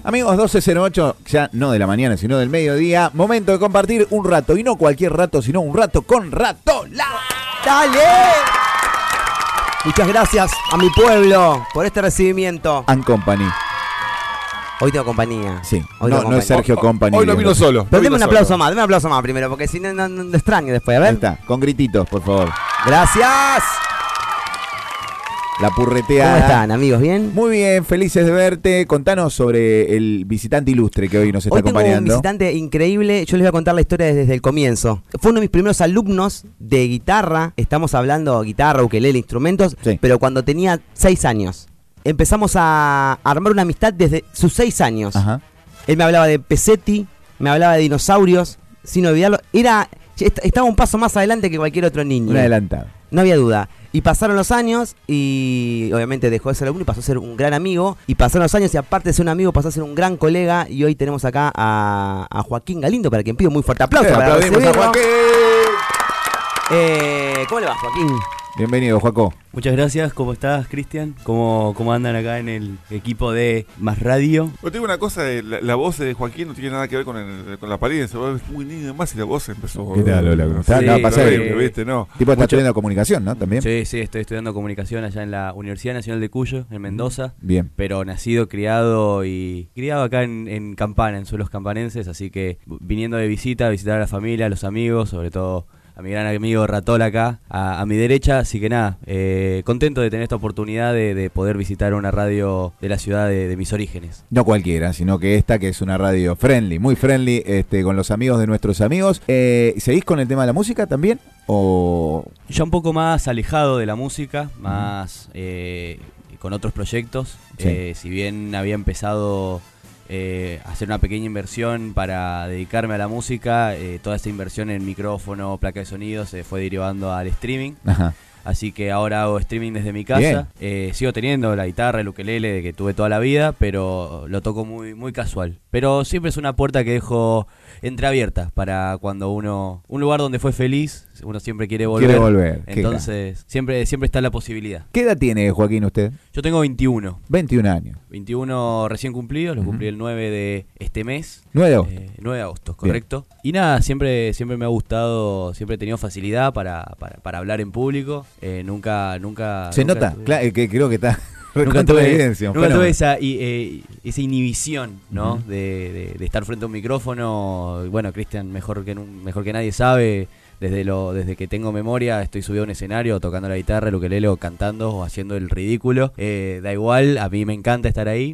Amigos, 12:08, ya no de la mañana, sino del mediodía. Momento de compartir un rato, y no cualquier rato, sino un rato con Ratola. ¡Dale! Muchas gracias a mi pueblo por este recibimiento. And Company. Hoy tengo compañía. Sí, Hoy no es Sergio Company. Hoy lo vino solo. Pero deme un aplauso más primero, porque si no, no extraño después, a ver. Ahí está, con grititos, por favor. Gracias. La purreteada. ¿Cómo están, amigos? ¿Bien? Muy bien, felices de verte. Contanos sobre el visitante ilustre que hoy nos está Hoy tengo acompañando. un visitante increíble. Yo les voy a contar la historia desde el comienzo. Fue uno de mis primeros alumnos de guitarra. Estamos hablando de guitarra, ukelele, instrumentos. Sí. Pero cuando tenía 6 años. Empezamos a armar una amistad desde sus 6 años. Ajá. Él me hablaba de Pesetti, me hablaba de dinosaurios, sin olvidarlo. Estaba un paso más adelante que cualquier otro niño. Un adelantado. No había duda. Y pasaron los años y obviamente dejó de ser alumno y pasó a ser un gran amigo. Y pasaron los años y aparte de ser un amigo pasó a ser un gran colega. Y hoy tenemos acá a Joaquín Galindo, para quien pido muy fuerte aplauso. Para Aplaudimos a recibirlo. Joaquín. ¿Cómo le va, Joaquín? Bienvenido, Joaco. Muchas gracias, ¿cómo estás, Cristian? ¿Cómo andan acá en el equipo de Más Radio? Yo te digo una cosa, la voz de Joaquín no tiene nada que ver con la apariencia, es muy niño más y la voz empezó. ¿Qué tal, Lola? ¿Cómo estás? Sí, No, pasa horrible, que ¿viste? No. tipo está estudiando comunicación, ¿no? También. Sí, estoy estudiando comunicación allá en la Universidad Nacional de Cuyo, en Mendoza. Bien. Pero nacido, criado acá en Campana, en suelos campanenses, así que viniendo de visita, a visitar a la familia, a los amigos, sobre todo a mi gran amigo Ratola acá, a mi derecha, así que nada, contento de tener esta oportunidad de poder visitar una radio de la ciudad de mis orígenes. No cualquiera, sino que esta, que es una radio friendly, muy friendly, con los amigos de nuestros amigos. ¿Seguís con el tema de la música también? ¿O...? Ya un poco más alejado de la música, más con otros proyectos. Sí. Si bien había empezado a hacer una pequeña inversión para dedicarme a la música, toda esa inversión en micrófono, placa de sonido se fue derivando al streaming. Ajá. Así que ahora hago streaming desde mi casa. Sigo teniendo la guitarra, el ukelele que tuve toda la vida, pero lo toco muy, muy casual. Pero siempre es una puerta que dejo entreabierta para cuando un lugar donde fue feliz, uno siempre quiere volver. Quiere volver. Entonces siempre está la posibilidad. ¿Qué edad tiene, Joaquín, usted? Yo tengo 21. 21 años. 21 recién cumplidos, los cumplí el 9 de este mes. 9 de agosto. 9 de agosto, correcto. Bien. Y nada, siempre me ha gustado, siempre he tenido facilidad para hablar en público. Nunca Se nota, tuve, que creo que está nunca recontra tuve, evidencia. nunca tuve esa inhibición, ¿no? De estar frente a un micrófono. Bueno, Cristian, mejor que nadie sabe. Desde que tengo memoria estoy subido a un escenario tocando la guitarra, el ukelele, o cantando o haciendo el ridículo. Da igual, a mí me encanta estar ahí.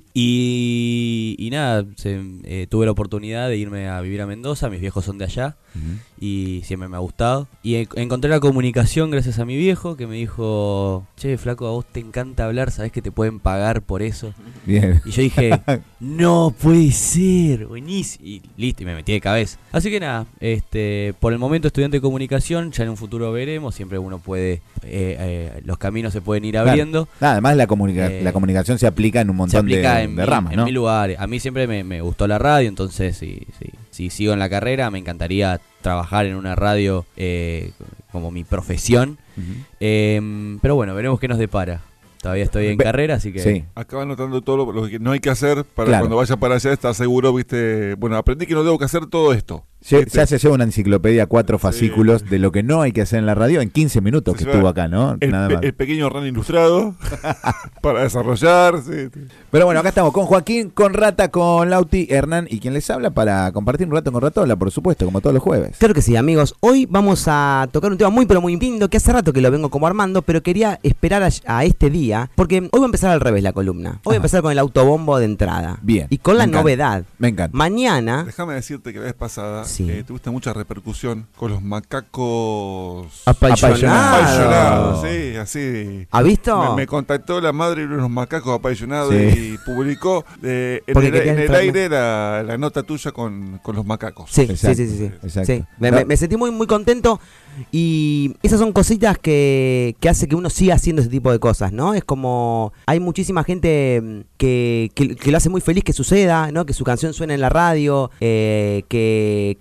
Y nada, tuve la oportunidad de irme a vivir a Mendoza, mis viejos son de allá. Y siempre me ha gustado. Y encontré la comunicación gracias a mi viejo, que me dijo: che, flaco, a vos te encanta hablar, sabés que te pueden pagar por eso. Bien. Y yo dije: no puede ser, buenísimo. Y listo, y me metí de cabeza. Así que nada, por el momento estudiante de comunicación, ya en un futuro veremos. Siempre uno puede, los caminos se pueden ir abriendo. Claro. Además la comunicación se aplica en un montón de ramas, en ¿no? mil lugares. A mí siempre me gustó la radio, entonces si sigo en la carrera me encantaría trabajar en una radio como mi profesión. Pero bueno, veremos qué nos depara. Todavía estoy en carrera, así que... Sí. Acá va anotando todo lo que no hay que hacer para cuando vaya para allá estar seguro, ¿viste? Bueno, aprendí que no debo que hacer todo esto. Ya se lleva una enciclopedia, 4 fascículos de lo que no hay que hacer en la radio en 15 minutos que estuvo acá, ¿no? Nada más. El pequeño RAN ilustrado para desarrollar. Sí. Pero bueno, acá estamos con Joaquín, con Rata, con Lauti, Hernán y quien les habla para compartir un rato con Ratola, por supuesto, como todos los jueves. Claro que sí, amigos. Hoy vamos a tocar un tema muy pero muy lindo, que hace rato que lo vengo como armando, pero quería esperar a este día, porque hoy va a empezar al revés la columna. Hoy va a empezar con el autobombo de entrada. Bien. Y con la novedad. Me encanta. Mañana... Déjame decirte que la vez pasada Sí. tuviste mucha repercusión con los macacos Apasionados. sí, así. ¿Ha visto? Me contactó la madre de unos macacos apasionados Sí. y publicó en Porque el querían aire la nota tuya con los macacos. Sí, Exacto, sí. exacto. Sí. Me sentí muy, muy contento. Y esas son cositas que hace que uno siga haciendo ese tipo de cosas, ¿no? Es como... Hay muchísima gente que lo hace muy feliz que suceda, ¿no? Que su canción suene en la radio, que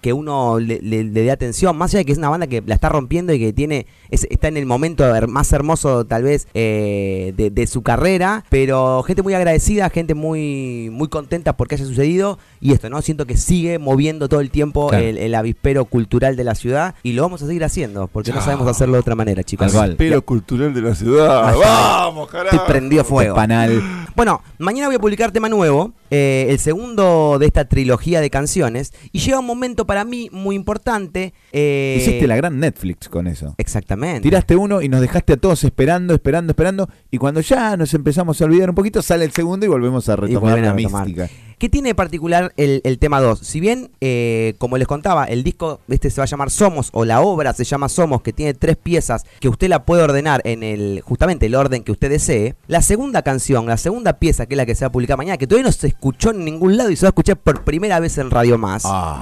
que uno le dé atención, más allá de que es una banda que la está rompiendo y que está en el momento más hermoso tal vez de su carrera, pero gente muy agradecida, gente muy, muy contenta porque haya sucedido, y esto, ¿no? Siento que sigue moviendo todo el tiempo el avispero cultural de la ciudad, y lo vamos a seguir haciendo, porque no sabemos hacerlo de otra manera, chicos. Avispero cultural de la ciudad. ¡Vamos, carajo! Estoy prendido fuego. Panal. Bueno, mañana voy a publicar tema nuevo, el segundo de esta trilogía de canciones, y llega un momento para mí muy importante. Hiciste la gran Netflix con eso. Exactamente. Tiraste uno y nos dejaste a todos esperando, y cuando ya nos empezamos a olvidar un poquito, sale el segundo y volvemos a retomar la mística. ¿Qué tiene de particular el tema 2? Si bien, como les contaba, el disco se va a llamar Somos, o la obra se llama Somos, que tiene 3 piezas que usted la puede ordenar en justamente el orden que usted desee, la segunda canción, la segunda pieza, que es la que se va a publicar mañana, que todavía no se escuchó en ningún lado y se va a escuchar por primera vez en Radio Más.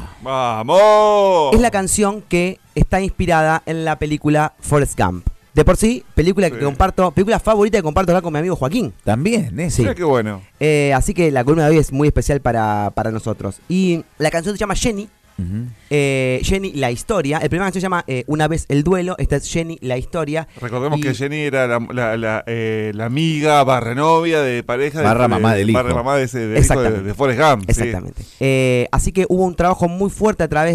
¡Vamos! Es la canción que está inspirada en la película Forrest Gump. De por sí, película favorita que comparto acá con mi amigo Joaquín. También, sí. Mira qué bueno. Así que la columna de hoy es muy especial para nosotros. Y la canción se llama Jenny. Jenny, la historia. El primera canción se llama Una vez el duelo. Esta es Jenny, la historia. Recordemos que Jenny era la amiga barra novia de pareja barra mamá del hijo. Barra mamá de de Forrest Gump. Exactamente. Sí. Así que hubo un trabajo muy fuerte a través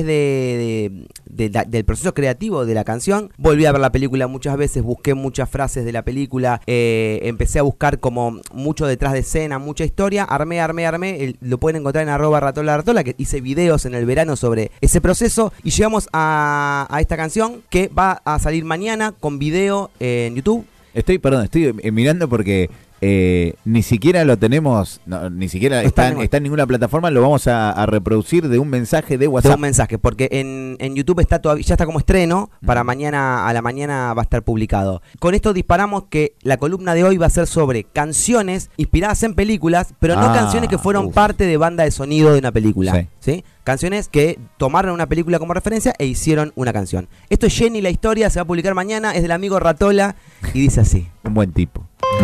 del proceso creativo de la canción. Volví a ver la película muchas veces, busqué muchas frases de la película, empecé a buscar como mucho detrás de escena, mucha historia, armé, lo pueden encontrar en @ratola, que hice videos en el verano sobre ese proceso, y llegamos a esta canción que va a salir mañana con video en YouTube. Estoy mirando porque ni siquiera lo tenemos, ni siquiera está en ninguna plataforma. Lo vamos a reproducir de un mensaje de WhatsApp. De un mensaje, porque en YouTube ya está como estreno. Para mañana a la mañana va a estar publicado. Con esto disparamos que la columna de hoy va a ser sobre canciones inspiradas en películas, pero no canciones que fueron parte de banda de sonido de una película. ¿Sí? Canciones que tomaron una película como referencia e hicieron una canción. Esto es Jenny, la historia, se va a publicar mañana, es del amigo Ratola y dice así. Un buen tipo.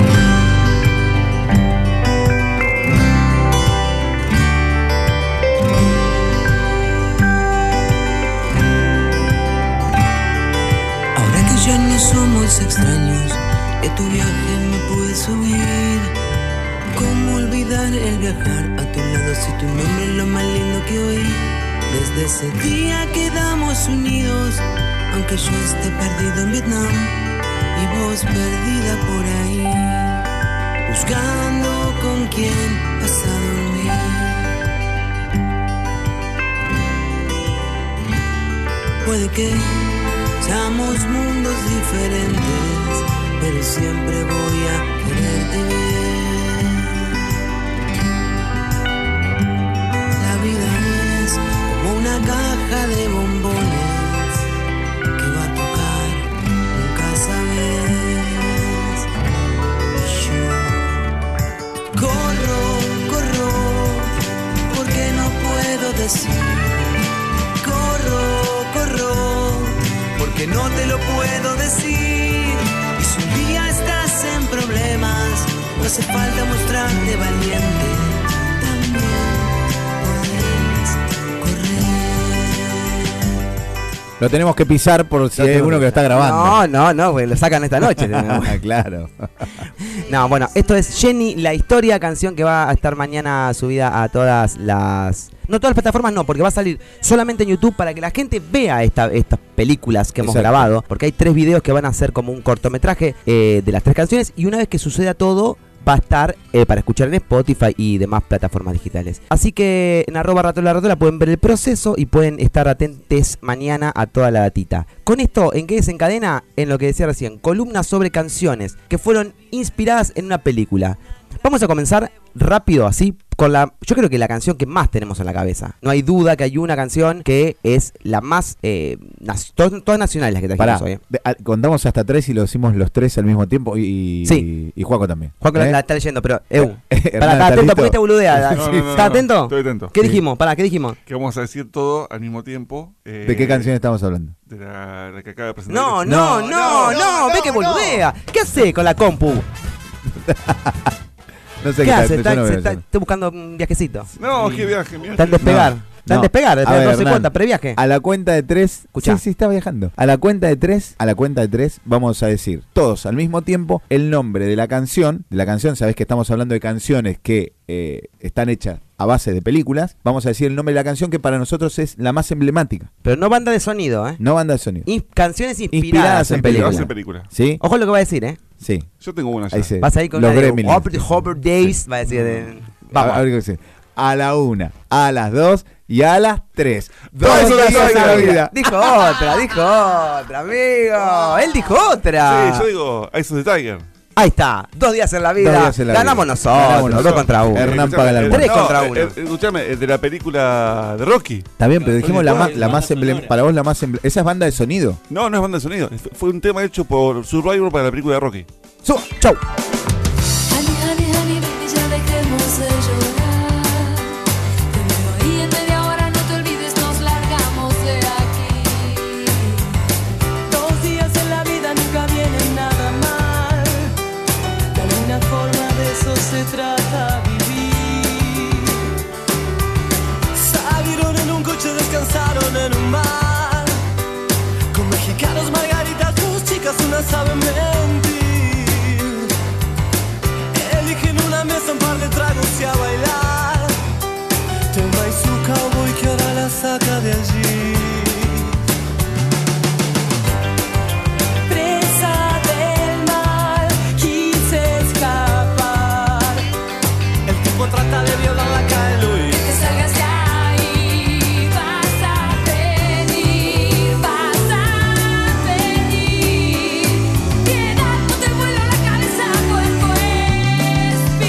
Ya no somos extraños, de tu viaje me pude subir. ¿Cómo olvidar el viajar a tu lado si tu nombre es lo más lindo que oí? Desde ese día quedamos unidos, aunque yo esté perdido en Vietnam y vos perdida por ahí, buscando con quién vas a dormir. Puede que seamos mundos diferentes, pero siempre voy a quererte bien. La vida es como una caja de bombones que va a tocar, nunca sabes. Y yo corro, porque no puedo decir. Corro, porque no te lo puedo decir. Y si un día estás en problemas, no hace falta mostrarte valiente, también puedes correr. Lo tenemos que pisar por si hay uno que lo está grabando. No, porque lo sacan esta noche. Claro. No, bueno, esto es Jenny, la historia, canción que va a estar mañana subida a todas las... No todas las plataformas, no, porque va a salir solamente en YouTube para que la gente vea estas películas que hemos grabado, porque hay 3 videos que van a ser como un cortometraje de las 3 canciones, y una vez que suceda todo va a estar para escuchar en Spotify y demás plataformas digitales. Así que en @ratola pueden ver el proceso y pueden estar atentos mañana a toda la datita. Con esto, ¿en qué desencadena? En lo que decía recién, columnas sobre canciones que fueron inspiradas en una película. Vamos a comenzar rápido, así, con yo creo que la canción que más tenemos en la cabeza. No hay duda que hay una canción que es la más, todas nacionales las que trajimos hoy. Contamos hasta 3 y lo decimos los 3 al mismo tiempo y Juaco también. Juaco la está leyendo, pero está atento porque te boludea. ¿Estás atento? Estoy atento. ¿Qué dijimos? ¿Qué dijimos? Que vamos a decir todo al mismo tiempo. ¿De qué canción estamos hablando? De la que acaba de presentar. No, ve que boludea. ¿Qué hace con la compu? No sé ¿Qué hace? Estoy Está buscando un viajecito. No, qué viaje. Está en despegar. Están despegar, a ver, 12 Hernán, cuotas, previaje. A la cuenta de 3. Escuchá. Sí, está viajando. A la cuenta de 3, vamos a decir todos al mismo tiempo el nombre de la canción. Sabés que estamos hablando de canciones que están hechas a base de películas. Vamos a decir el nombre de la canción que para nosotros es la más emblemática. Pero no banda de sonido, ¿eh? No banda de sonido. Canciones inspiradas en películas. ¿Sí? Ojo lo que va a decir, ¿eh? Sí. Yo tengo una ya. Ahí se, Vas ahí con los una de Gremlins. Hopper Days, va a decir. Vamos. A ver qué dice. A la 1, a las 2 y a las 3. Dos días en la vida. Dijo otra, amigo. Él dijo otra. Sí, yo digo Eyes of the Tiger. Ahí está, 2 días en la 2 vida. días en la Ganamos vida. nosotros, Ganamos 2 nosotros. contra 1. Hernán paga el almuerzo. 3 contra 1. Escúchame, de la película de Rocky. Está bien, pero dijimos la más sonora. emblemática. Para vos la más emblemática. Esa es banda de sonido. No, no es banda de sonido. Fue un tema hecho por Survivor para la película de Rocky. Chau. Honey, honey, honey, baby, ya dejemos de llorar. Te veo ahí en media hora, no te olvides, nos largamos de aquí. 2 días en la vida nunca vienen nada mal. De alguna forma de eso se trata vivir. Salieron en un coche, descansaron en un bar. Con mexicanos, margaritas, 2 chicas, una sabe mentir. Eligen una mesa, un par de tragos y a bailar. Tema y su cowboy que ahora la saca de allí. Presa del mal, quise escapar. El tipo trata de violarla, cae Luis. Que salgas de ahí, vas a venir. Piedad, no te vuela la cabeza, cuerpo es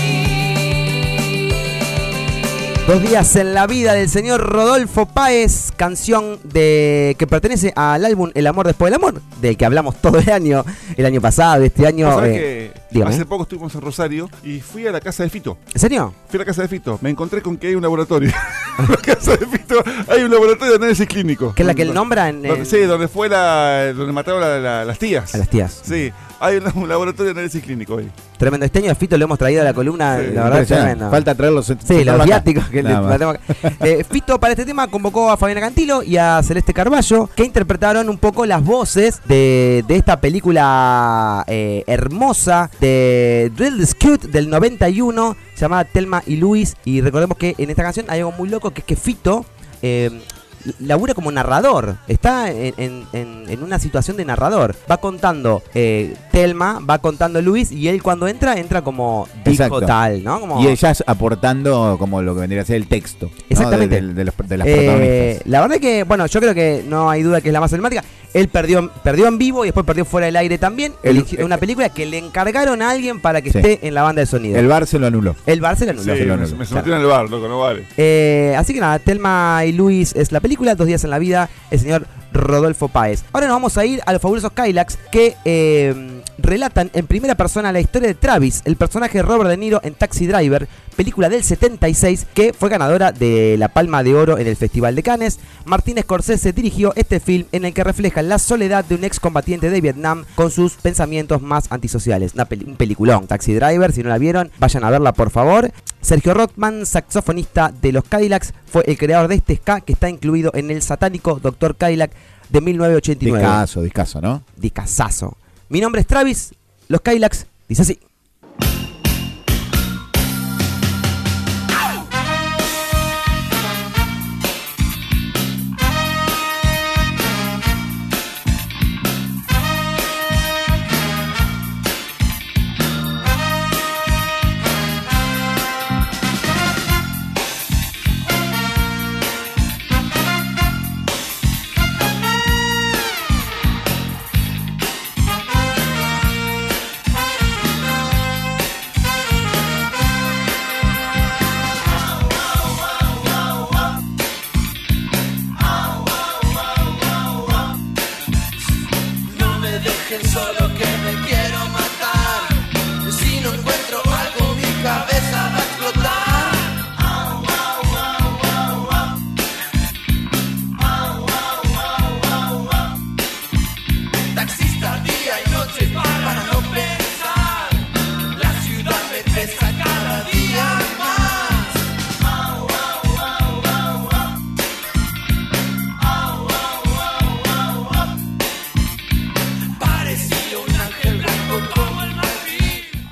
fin. 2 días en la vida del señor Rodolfo Páez, canción que pertenece al álbum El amor después del amor, del que hablamos todo el año pasado, este año. ¿Vos sabés que dígame. hace poco estuvimos en Rosario y fui a la casa de Fito? ¿En serio? Fui a la casa de Fito. Me encontré con que hay un laboratorio. En la casa de Fito hay un laboratorio de análisis clínico. ¿Que es la que él nombra en Sí, donde fue donde mataron a las tías. a las tías? Sí, hay un laboratorio de análisis clínico ahí. Tremendo. Este año a Fito lo hemos traído a la columna, Sí, la verdad es tremendo. Falta traerlos. Sí, los viáticos que Nada más. tenemos acá. Fito para este tema convocó a Fabiana Cantilo y a Celeste Carballo, que interpretaron un poco las voces de esta película hermosa de Ridley Scott del 91, llamada Thelma y Luis. Y recordemos que en esta canción hay algo muy loco, que es que Fito labura como narrador, está en una situación de narrador, va contando Thelma, va contando Luis, y él cuando entra como dijo Exacto. tal, ¿no? Como, Y ellas aportando como lo que vendría a ser el texto, ¿no? Exactamente. de las protagonistas. La verdad que, bueno, yo creo que no hay duda que es la más emblemática. Él perdió en vivo y después perdió fuera del aire también. Es una película que le encargaron a alguien para que Sí. esté en la banda de sonido. El bar se lo anuló. El bar se lo Sí, anuló. me metieron en el bar, loco, no vale. Así que nada, Thelma y Luis es la película, 2 días en la vida, el señor Rodolfo Páez. Ahora nos vamos a ir a los fabulosos Cadillacs, que relatan en primera persona la historia de Travis, el personaje de Robert De Niro en Taxi Driver, película del 76 que fue ganadora de la Palma de Oro en el Festival de Cannes. Martin Scorsese dirigió este film en el que refleja la soledad de un excombatiente de Vietnam con sus pensamientos más antisociales. Un peliculón, Taxi Driver, si no la vieron, vayan a verla por favor. Sergio Rothman, saxofonista de los Cadillacs, fue el creador de este ska que está incluido en el satánico Dr. Cadillac de 1989. Discaso, ¿no? Discasazo. Mi nombre es Travis, los Cadillacs, dice así.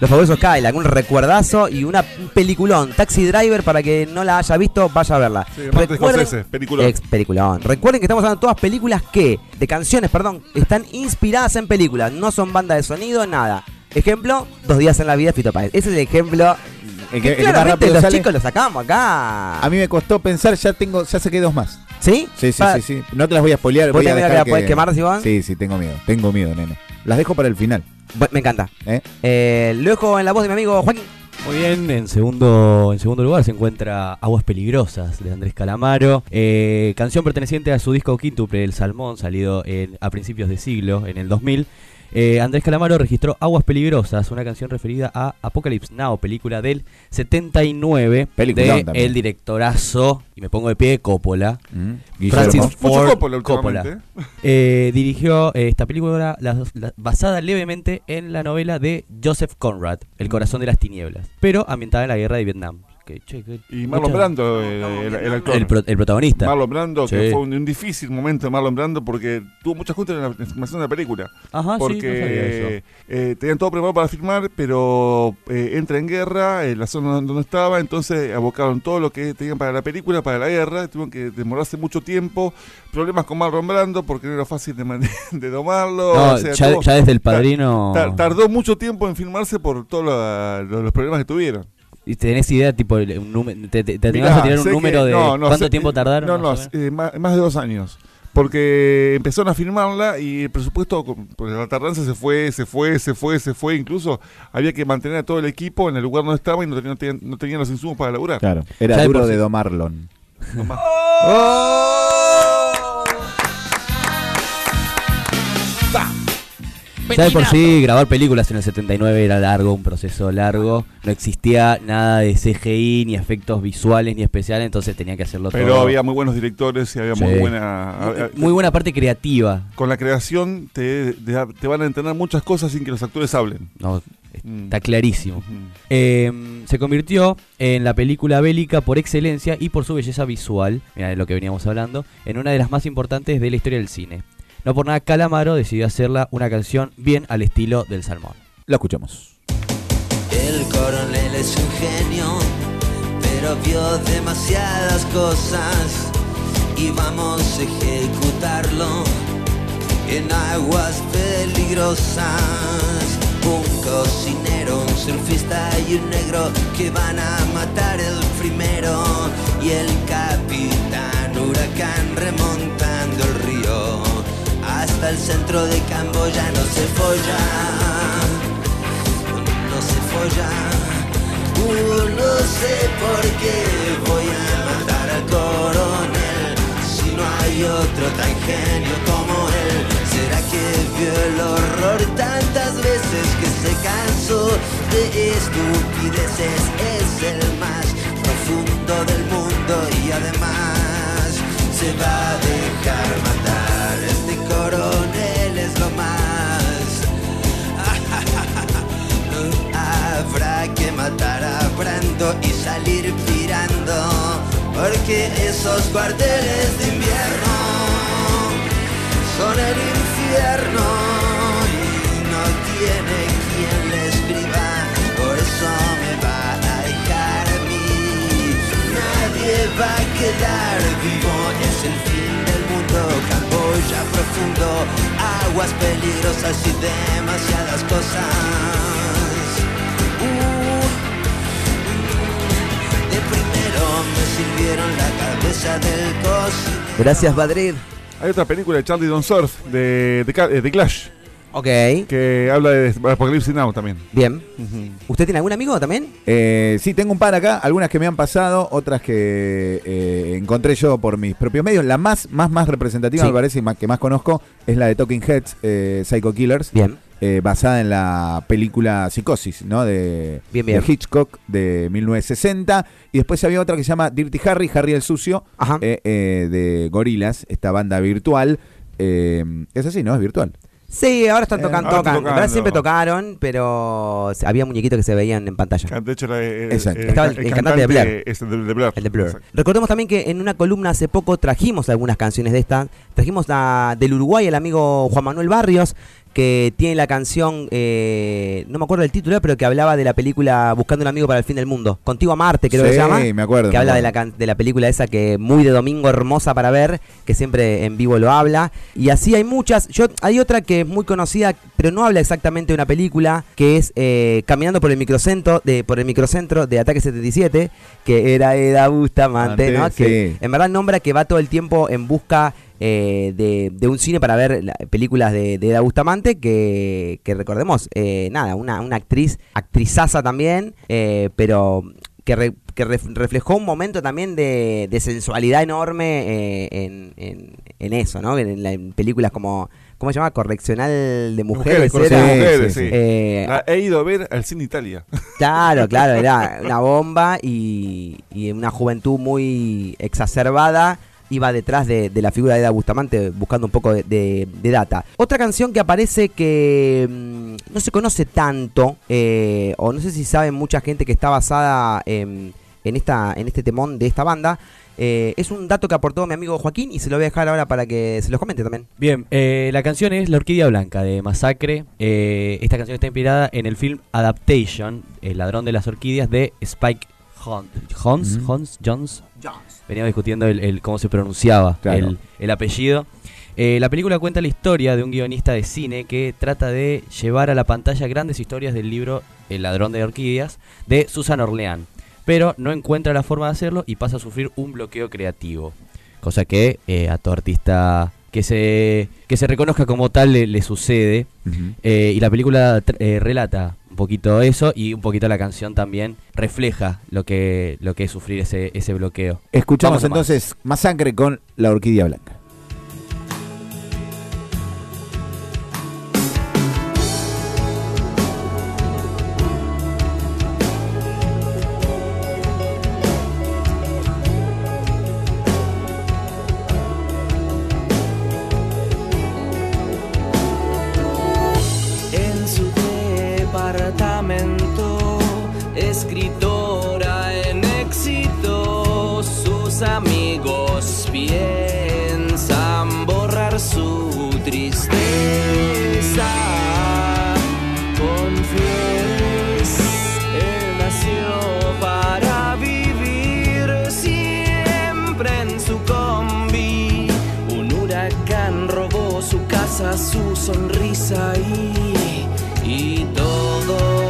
Los fabulosos Cadillacs, un recuerdazo y un peliculón. Taxi Driver, para que no la haya visto, vaya a verla. Sí, Martin Scorsese, peliculón. Peliculón. Recuerden que estamos hablando de todas películas de canciones, están inspiradas en películas. No son banda de sonido, nada. Ejemplo, 2 días en la vida de Fito Páez. Ese es el ejemplo. El que más rápido los sale. chicos lo sacamos acá. A mí me costó pensar, ya saqué 2 más. ¿Sí? Sí. No te las voy a spoilear. ¿Vos voy a tenés dejar que la podés quemar, Iván? Sí, tengo miedo, nene. Las dejo para el final. Me encanta. Lo dejo en la voz de mi amigo Joaquín. Muy bien, en segundo lugar se encuentra Aguas Peligrosas de Andrés Calamaro, canción perteneciente a su disco quíntuple El Salmón, salido a principios de siglo, en el 2000. Andrés Calamaro registró Aguas Peligrosas, una canción referida a Apocalypse Now, película del 79 de el directorazo, y me pongo de pie, Coppola. Francis Ford Coppola. Dirigió esta película basada levemente en la novela de Joseph Conrad, El corazón de las tinieblas, pero ambientada en la guerra de Vietnam. Y Marlon Brando, el actor. El protagonista. Marlon Brando, sí. Que fue un difícil momento de Marlon Brando porque tuvo muchas juntas en la filmación de la película. Ajá, porque sí, no sabía eso. Tenían todo preparado para filmar, pero entra en guerra, la zona donde estaba, entonces abocaron todo lo que tenían para la película, para la guerra, tuvieron que demorarse mucho tiempo, problemas con Marlon Brando porque no era fácil de domarlo. No, o sea, ya desde El Padrino... Tardó mucho tiempo en filmarse por todos los problemas que tuvieron. ¿Y tenés idea, tipo, un número, te animás a tirar un número de cuánto tiempo tardaron? Más de 2 años. Porque empezaron a filmarla y el presupuesto, por la tardanza se fue. Incluso había que mantener a todo el equipo en el lugar donde estaba y no tenían los insumos para laburar. Claro, era ya duro de domarlo. Ya de por sí, grabar películas en el 79 era largo, un proceso largo. No existía nada de CGI, ni efectos visuales, ni especiales, entonces tenía que hacerlo todo. Pero había muy buenos directores y había muy buena parte creativa. Con la creación te van a entender muchas cosas sin que los actores hablen. No, está clarísimo. Se convirtió en la película bélica por excelencia y por su belleza visual, mira de lo que veníamos hablando, en una de las más importantes de la historia del cine. No por nada Calamaro decidió hacerla una canción bien al estilo del Salmón. La escuchamos. El coronel es un genio, pero vio demasiadas cosas y vamos a ejecutarlo en aguas peligrosas. Un cocinero, un surfista y un negro que van a matar el primero, y el capitán huracán remontando el río hasta el centro de Camboya. No se folla. No sé por qué voy a matar al coronel si no hay otro tan genio como él. ¿Será que vio el horror tantas veces que se cansó de estupideces? Es el más profundo del mundo y además se va a dejar matar. Este coronel es lo más. Habrá que matar a Brando y salir pirando, porque esos cuarteles de invierno son el infierno y no tiene quien le escriba. Por eso me va a dejar a mí. Nadie va a quedar vivo, es el fin del mundo. Camboya profundo, aguas peligrosas y demasiadas cosas. De primero me sirvieron la cabeza del cocinero. Gracias, Madrid. Hay otra película de Charlie Don't Surf, de Clash, Ok. que habla de Apocalypse Now también. Bien. ¿Usted tiene algún amigo también? Sí, tengo un par acá, algunas que me han pasado, otras que encontré yo por mis propios medios. La más representativa, Sí. me parece, y que más conozco, es la de Talking Heads, Psycho Killers. Bien. Basada en la película Psicosis, ¿no? de Hitchcock de 1960. Y después había otra que se llama Dirty Harry, Harry el Sucio, de Gorillaz, esta banda virtual. Es así, ¿no? Es virtual. Sí, ahora están tocando. tocando. En verdad siempre tocaron, pero había muñequitos que se veían en pantalla. De hecho, Estaba el cantante de Blur. Es el de Blur. El de Blur. Exacto. Recordemos también que en una columna hace poco trajimos algunas canciones de estas. Trajimos del Uruguay el amigo Juan Manuel Barrios, que tiene la canción, no me acuerdo del título, pero que hablaba de la película Buscando un amigo para el fin del mundo. Contigo a Marte, creo que se llama. Sí, me acuerdo. Que habla de la película esa que muy de domingo, hermosa para ver, que siempre en vivo lo habla. Y así hay muchas. Hay otra que es muy conocida, pero no habla exactamente de una película, que es Caminando por el microcentro de Ataque 77, que era Eda Bustamante, ¿no? Sí. Que en verdad nombra que va todo el tiempo en busca de un cine para ver películas de Eda Bustamante, que recordemos, una actrizaza también, pero que reflejó un momento también de sensualidad enorme en eso, ¿no? En películas como, ¿cómo se llama? Correccional de mujeres. Mujeres, Sí, sí. He ido a ver al Cine Italia. Claro, era una bomba y una juventud muy exacerbada iba detrás de la figura de Eda Bustamante buscando un poco de data. Otra canción que aparece que no se conoce tanto, o no sé si saben mucha gente que está basada en este temón de esta banda, es un dato que aportó mi amigo Joaquín y se lo voy a dejar ahora para que se los comente también. Bien, la canción es La Orquídea Blanca de Masacre. Esta canción está inspirada en el film Adaptation, El ladrón de las orquídeas de Spike Jonze. Veníamos discutiendo el cómo se pronunciaba, claro, el apellido. La película cuenta la historia de un guionista de cine que trata de llevar a la pantalla grandes historias del libro El ladrón de orquídeas de Susan Orleán, pero no encuentra la forma de hacerlo y pasa a sufrir un bloqueo creativo, cosa que a todo artista que se reconozca como tal le sucede. Y la película relata un poquito eso, y un poquito la canción también refleja lo que es sufrir ese bloqueo. Escuchamos entonces Masacre con La Orquídea Blanca. Escritora en éxito, sus amigos piensan borrar su tristeza. Confíes, él nació para vivir siempre en su combi. Un huracán robó su casa, su sonrisa y todo.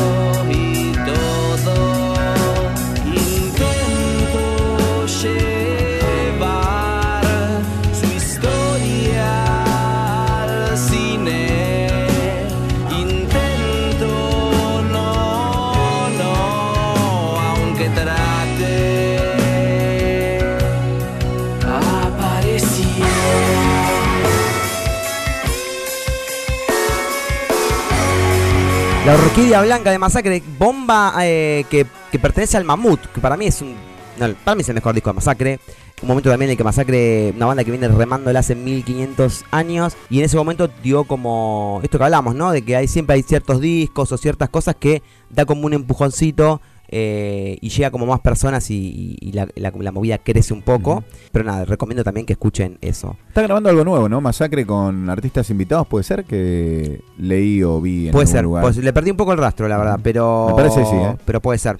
La Orquídea Blanca de Masacre, bomba que pertenece al Mamut, que para mí es para mí es el mejor disco de Masacre. Un momento también en el que Masacre, una banda que viene remándola hace 1500 años, y en ese momento dio como esto que hablamos, ¿no? De que siempre hay ciertos discos o ciertas cosas que da como un empujoncito y llega como más personas y la movida crece un poco. Pero nada, recomiendo también que escuchen eso. Está grabando algo nuevo, ¿no? Masacre con artistas invitados, ¿puede ser? Que leí o vi en puede algún ser, lugar. pues, le perdí un poco el rastro, la verdad, pero... Me parece que sí, Pero puede ser.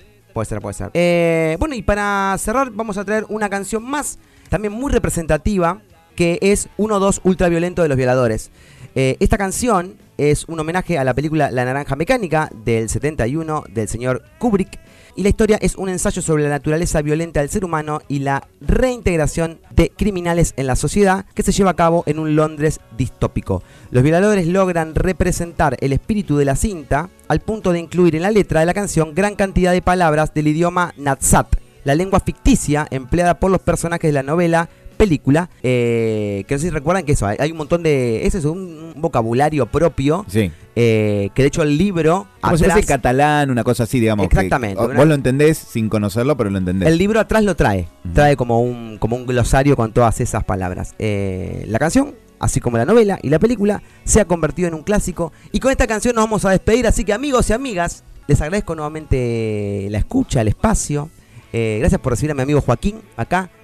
Bueno, y para cerrar vamos a traer una canción más, también muy representativa, que es 1-2 Ultraviolento de Los Violadores. Esta canción es un homenaje a la película La Naranja Mecánica del 71 del señor Kubrick, y la historia es un ensayo sobre la naturaleza violenta del ser humano y la reintegración de criminales en la sociedad, que se lleva a cabo en un Londres distópico. Los violadores logran representar el espíritu de la cinta al punto de incluir en la letra de la canción gran cantidad de palabras del idioma Natsat, la lengua ficticia empleada por los personajes de la novela película, que no sé si recuerdan que eso, hay un montón de... Ese es un vocabulario propio, Sí. Que de hecho el libro... Como si fuese catalán, una cosa así, digamos. Exactamente. Vos lo entendés sin conocerlo, pero lo entendés. El libro atrás lo trae. Trae como un glosario con todas esas palabras. La canción, así como la novela y la película, se ha convertido en un clásico. Y con esta canción nos vamos a despedir. Así que, amigos y amigas, les agradezco nuevamente la escucha, el espacio. Gracias por recibir a mi amigo Joaquín acá.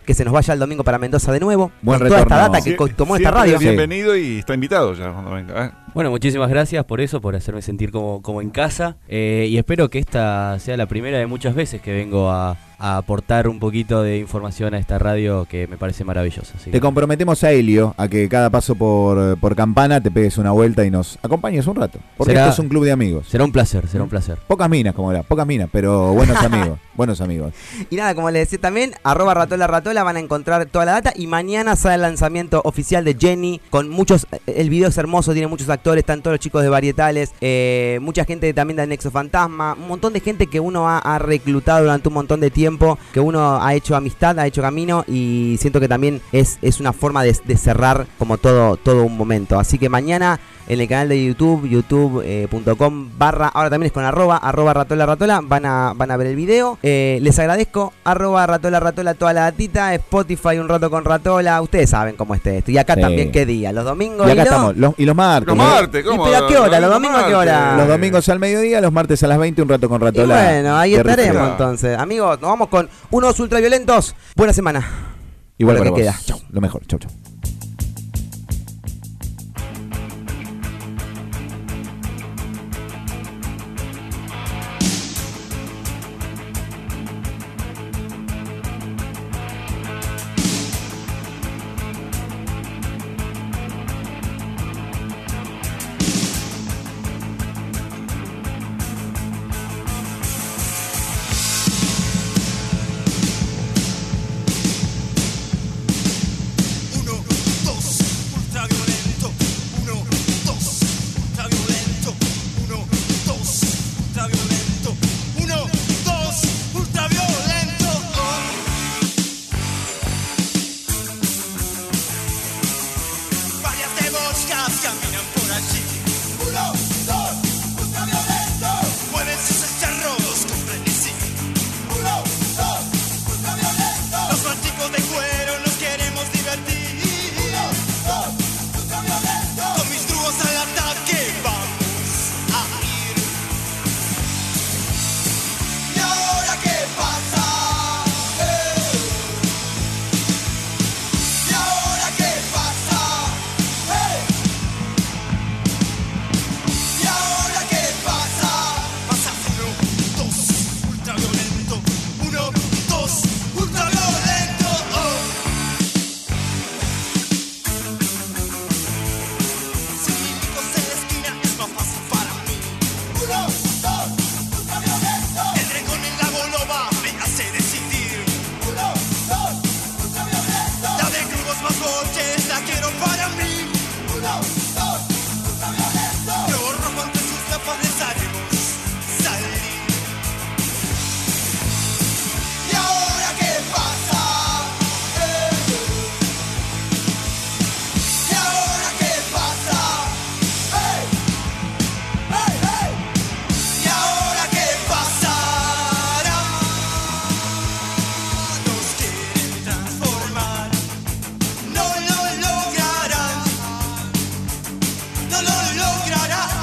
que se nos vaya el domingo para Mendoza de nuevo. Buen con toda esta retorno. data que tomó esta Siempre radio. Bienvenido y está invitado ya cuando venga. Bueno, muchísimas gracias por eso, por hacerme sentir como en casa. Y espero que esta sea la primera de muchas veces que vengo a aportar un poquito de información a esta radio que me parece maravillosa. Así Te que- comprometemos a Helio a que cada paso por Campana te pegues una vuelta y nos acompañes un rato. Porque Será- esto es un club de amigos. Será un placer, será un placer. Pocas minas, como era, pocas minas, pero buenos amigos. Buenos amigos. Y nada, como les decía también, @ratola van a encontrar toda la data. Y mañana sale el lanzamiento oficial de Jenny. Con muchos, el video es hermoso, tiene muchos actores, están todos los chicos de Varietales, mucha gente también de Nexo Fantasma, un montón de gente que uno ha reclutado durante un montón de tiempo, que uno ha hecho amistad, ha hecho camino, y siento que también es una forma de cerrar como todo un momento. Así que mañana en el canal de YouTube, youtube.com/ ahora también es con arroba ratola, van a ver el video. Les agradezco, @ratola toda la datita, Spotify un rato con Ratola, ustedes saben cómo es esto. Y acá Sí. también, ¿qué día? Los domingos Y acá no? estamos. Y los martes. Los martes, ¿cómo? ¿Y pero a qué hora? ¿Los domingos a qué hora? Los domingos al mediodía, los martes a las 20, un rato con Y Ratola. bueno, ahí de estaremos Ritola. entonces. Amigos, nos vamos con unos ultraviolentos. Buena semana. Igual Por para lo que vos. queda. Chau. Lo mejor. Chau, chau. Varias demoscas caminan por allí. 1, 2, ultraviolento. Mueven sus encharros con frenesí. 1, 2, ultraviolento. Los fanáticos de cuero nos queremos divertir. 1, 2, ultraviolento. Con mis drugos al ataque vamos a ir. ¿Y ahora qué pasa? ¿Y ahora qué pasa? ¿Y ahora qué pasa? Pasa 1, 2, ultraviolento. 1, 2, ultraviolento. Si mi pico se esquina es más fácil para mí. 1, 2, ultraviolento. El dragón en la goloba me hace decidir. 1, 2, ultraviolento. La de crudos más coches la quiero para mí. 1, 2, ultraviolento. Luego rojo entre sus tapas les haremos salir. ¿Y ahora qué pasa? ¿Y ahora qué pasa? ¡Hey! ¡Hey, hey! ¿Y ahora qué pasará? Nos quieren transformar. No lo lograrán. No lo lograrán.